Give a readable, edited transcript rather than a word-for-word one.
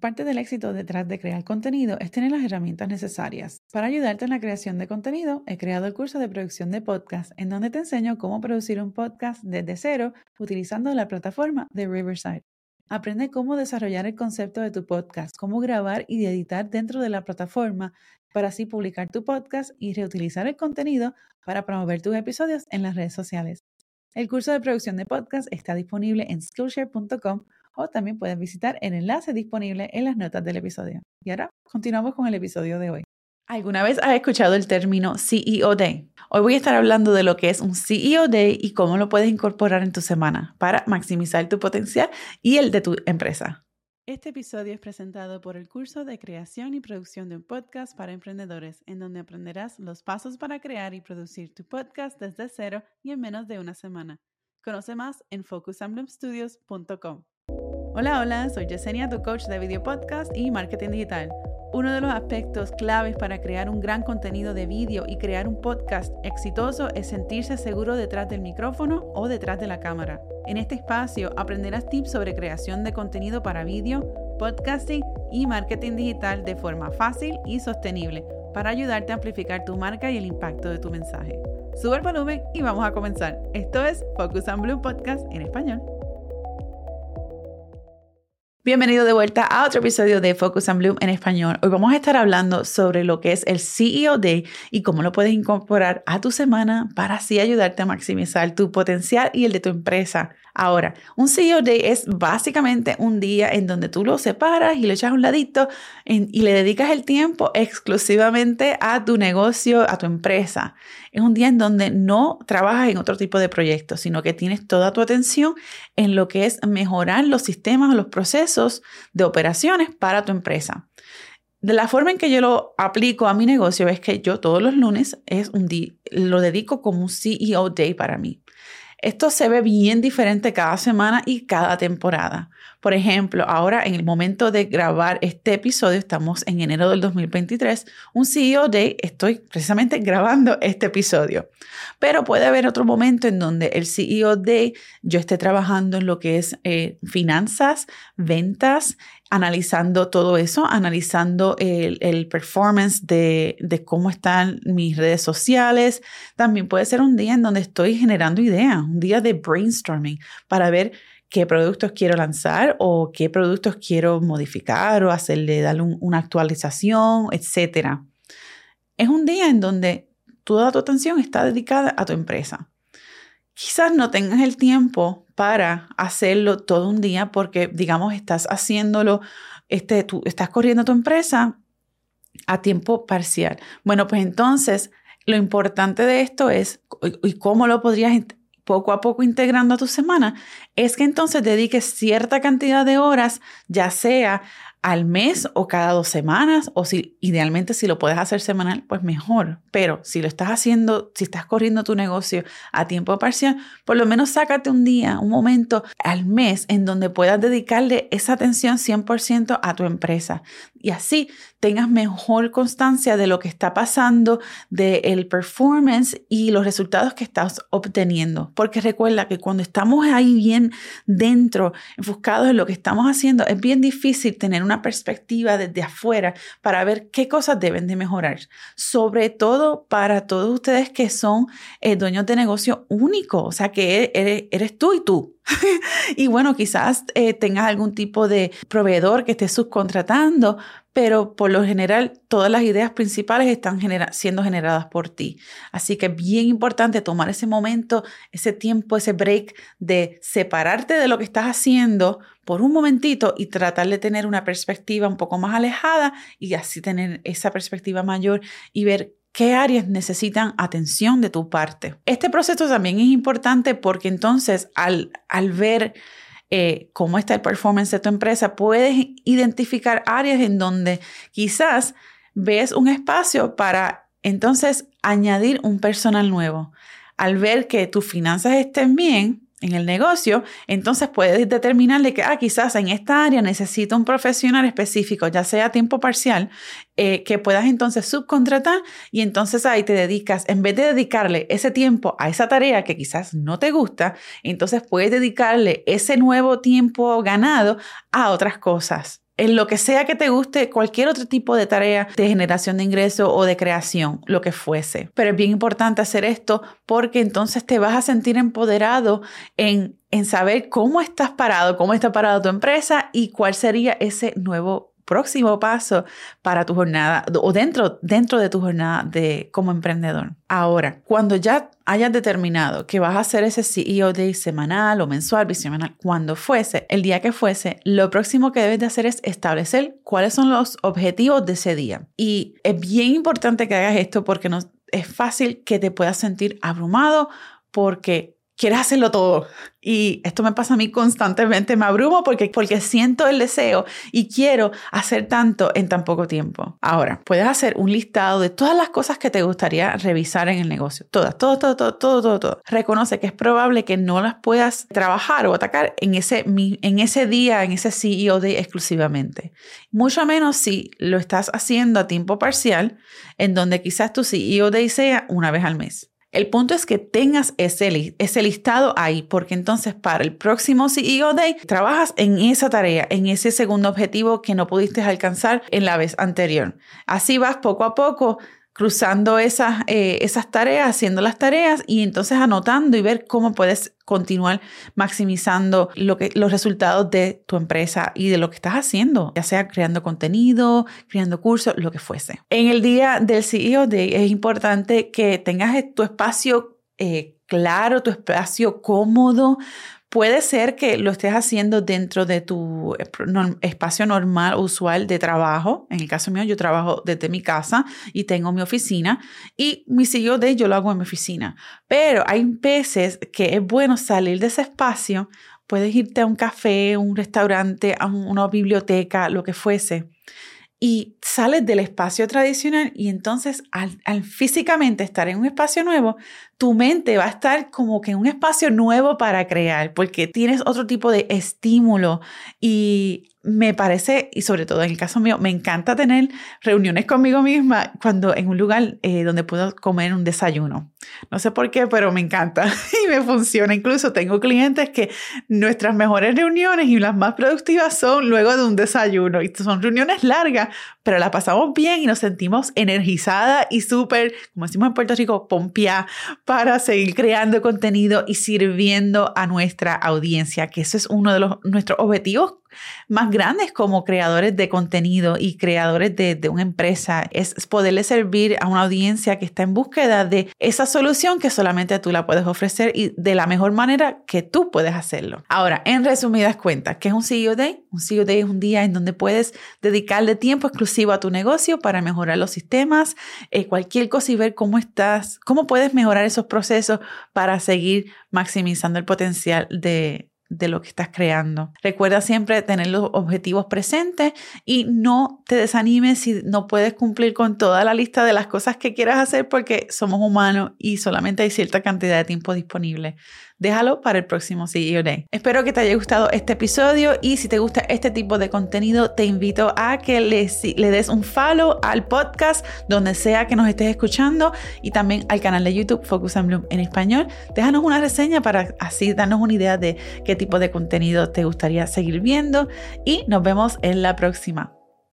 Parte del éxito detrás de crear contenido es tener las herramientas necesarias. Para ayudarte en la creación de contenido, he creado el curso de producción de podcast, en donde te enseño cómo producir un podcast desde cero utilizando la plataforma de Riverside. Aprende cómo desarrollar el concepto de tu podcast, cómo grabar y editar dentro de la plataforma para así publicar tu podcast y reutilizar el contenido para promover tus episodios en las redes sociales. El curso de producción de podcast está disponible en Skillshare.com o también puedes visitar el enlace disponible en las notas del episodio. Y ahora continuamos con el episodio de hoy. ¿Alguna vez has escuchado el término CEO Day? Hoy voy a estar hablando de lo que es un CEO Day y cómo lo puedes incorporar en tu semana para maximizar tu potencial y el de tu empresa. Este episodio es presentado por el curso de creación y producción de un podcast para emprendedores, en donde aprenderás los pasos para crear y producir tu podcast desde cero y en menos de una semana. Conoce más en focusandbloomstudios.com. Hola, soy Yesenia, tu coach de video podcast y marketing digital. Uno de los aspectos claves para crear un gran contenido de vídeo y crear un podcast exitoso es sentirse seguro detrás del micrófono o detrás de la cámara. En este espacio aprenderás tips sobre creación de contenido para vídeo, podcasting y marketing digital de forma fácil y sostenible para ayudarte a amplificar tu marca y el impacto de tu mensaje. Sube el volumen y vamos a comenzar. Esto es Focus and Bloom Podcast en español. Bienvenido de vuelta a otro episodio de Focus and Bloom en español. Hoy vamos a estar hablando sobre lo que es el CEO Day y cómo lo puedes incorporar a tu semana para así ayudarte a maximizar tu potencial y el de tu empresa. Ahora, un CEO Day es básicamente un día en donde tú lo separas y lo echas a un ladito y le dedicas el tiempo exclusivamente a tu negocio, a tu empresa. Es un día en donde no trabajas en otro tipo de proyectos, sino que tienes toda tu atención en lo que es mejorar los sistemas o los procesos de operaciones para tu empresa. De la forma en que yo lo aplico a mi negocio es que yo todos los lunes lo dedico como un CEO Day para mí. Esto se ve bien diferente cada semana y cada temporada. Por ejemplo, ahora en el momento de grabar este episodio, estamos en enero del 2023, un CEO Day, estoy precisamente grabando este episodio. Pero puede haber otro momento en donde el CEO Day yo esté trabajando en lo que es finanzas, ventas, analizando todo eso, analizando el performance de cómo están mis redes sociales. También puede ser un día en donde estoy generando ideas, un día de brainstorming para ver qué productos quiero lanzar o qué productos quiero modificar o darle una actualización, etc. Es un día en donde toda tu atención está dedicada a tu empresa. Quizás no tengas el tiempo para hacerlo todo un día porque, digamos, estás haciéndolo, tú estás corriendo tu empresa a tiempo parcial. Bueno, pues entonces lo importante de esto es, y cómo lo podrías poco a poco integrando a tu semana, es que entonces dediques cierta cantidad de horas, ya sea al mes o cada 2 semanas, o idealmente si lo puedes hacer semanal, pues mejor. Pero si lo estás haciendo, si estás corriendo tu negocio a tiempo parcial, por lo menos sácate un día, un momento al mes en donde puedas dedicarle esa atención 100% a tu empresa. Y así tengas mejor constancia de lo que está pasando, del performance y los resultados que estás obteniendo. Porque recuerda que cuando estamos ahí bien dentro, enfocados en lo que estamos haciendo, es bien difícil tener una perspectiva desde afuera para ver qué cosas deben de mejorar. Sobre todo para todos ustedes que son dueños de negocio único, o sea que eres tú y tú. Y bueno, quizás tengas algún tipo de proveedor que estés subcontratando, pero por lo general todas las ideas principales están siendo generadas por ti. Así que es bien importante tomar ese momento, ese tiempo, ese break de separarte de lo que estás haciendo por un momentito y tratar de tener una perspectiva un poco más alejada y así tener esa perspectiva mayor y ver qué áreas necesitan atención de tu parte. Este proceso también es importante porque entonces al ver cómo está el performance de tu empresa, puedes identificar áreas en donde quizás ves un espacio para entonces añadir un personal nuevo. Al ver que tus finanzas estén bien en el negocio, entonces puedes determinar de que quizás en esta área necesito un profesional específico, ya sea a tiempo parcial, que puedas entonces subcontratar y entonces ahí te dedicas, en vez de dedicarle ese tiempo a esa tarea que quizás no te gusta, entonces puedes dedicarle ese nuevo tiempo ganado a otras cosas. en lo que sea que te guste, cualquier otro tipo de tarea de generación de ingreso o de creación, lo que fuese. Pero es bien importante hacer esto porque entonces te vas a sentir empoderado en saber cómo estás parado, cómo está parado tu empresa y cuál sería ese nuevo próximo paso para tu jornada o dentro de tu jornada como emprendedor. Ahora, cuando ya hayas determinado que vas a hacer ese CEO Day semanal o mensual, bisemanal, cuando fuese, el día que fuese, lo próximo que debes de hacer es establecer cuáles son los objetivos de ese día. Y es bien importante que hagas esto porque no es fácil que te puedas sentir abrumado porque quieres hacerlo todo. Y esto me pasa a mí constantemente. Me abrumo porque siento el deseo y quiero hacer tanto en tan poco tiempo. Ahora, puedes hacer un listado de todas las cosas que te gustaría revisar en el negocio. Todas. Reconoce que es probable que no las puedas trabajar o atacar en ese día, en ese CEO Day exclusivamente. Mucho menos si lo estás haciendo a tiempo parcial, en donde quizás tu CEO Day sea una vez al mes. El punto es que tengas ese listado ahí, porque entonces para el próximo CEO Day trabajas en esa tarea, en ese segundo objetivo que no pudiste alcanzar en la vez anterior. Así vas poco a poco cruzando esas tareas, haciendo las tareas y entonces anotando y ver cómo puedes continuar maximizando los resultados de tu empresa y de lo que estás haciendo, ya sea creando contenido, creando cursos, lo que fuese. En el día del CEO Day es importante que tengas tu espacio claro, tu espacio cómodo. Puede ser que lo estés haciendo dentro de tu espacio normal, usual de trabajo. En el caso mío, yo trabajo desde mi casa y tengo mi oficina y mi CEO Day yo lo hago en mi oficina. Pero hay veces que es bueno salir de ese espacio. Puedes irte a un café, un restaurante, a una biblioteca, lo que fuese. Y sales del espacio tradicional y entonces al físicamente estar en un espacio nuevo, tu mente va a estar como que en un espacio nuevo para crear porque tienes otro tipo de estímulo y me parece, y sobre todo en el caso mío, me encanta tener reuniones conmigo misma cuando en un lugar donde puedo comer un desayuno. No sé por qué, pero me encanta y me funciona. Incluso tengo clientes que nuestras mejores reuniones y las más productivas son luego de un desayuno. Y son reuniones largas, pero la pasamos bien y nos sentimos energizadas y súper, como decimos en Puerto Rico, pompeadas para seguir creando contenido y sirviendo a nuestra audiencia, que eso es uno de nuestros objetivos más grandes como creadores de contenido y creadores de una empresa, es poderle servir a una audiencia que está en búsqueda de esa solución que solamente tú la puedes ofrecer y de la mejor manera que tú puedes hacerlo. Ahora, en resumidas cuentas, ¿qué es un CEO Day? Un CEO Day es un día en donde puedes dedicarle tiempo exclusivo a tu negocio para mejorar los sistemas, cualquier cosa y ver cómo puedes mejorar esos procesos para seguir maximizando el potencial de lo que estás creando. Recuerda siempre tener los objetivos presentes y no te desanimes si no puedes cumplir con toda la lista de las cosas que quieras hacer porque somos humanos y solamente hay cierta cantidad de tiempo disponible. Déjalo para el próximo CEO Day. Espero que te haya gustado este episodio y si te gusta este tipo de contenido, te invito a que le des un follow al podcast donde sea que nos estés escuchando y también al canal de YouTube Focus and Bloom en español. Déjanos una reseña para así darnos una idea de qué tipo de contenido te gustaría seguir viendo y nos vemos en la próxima.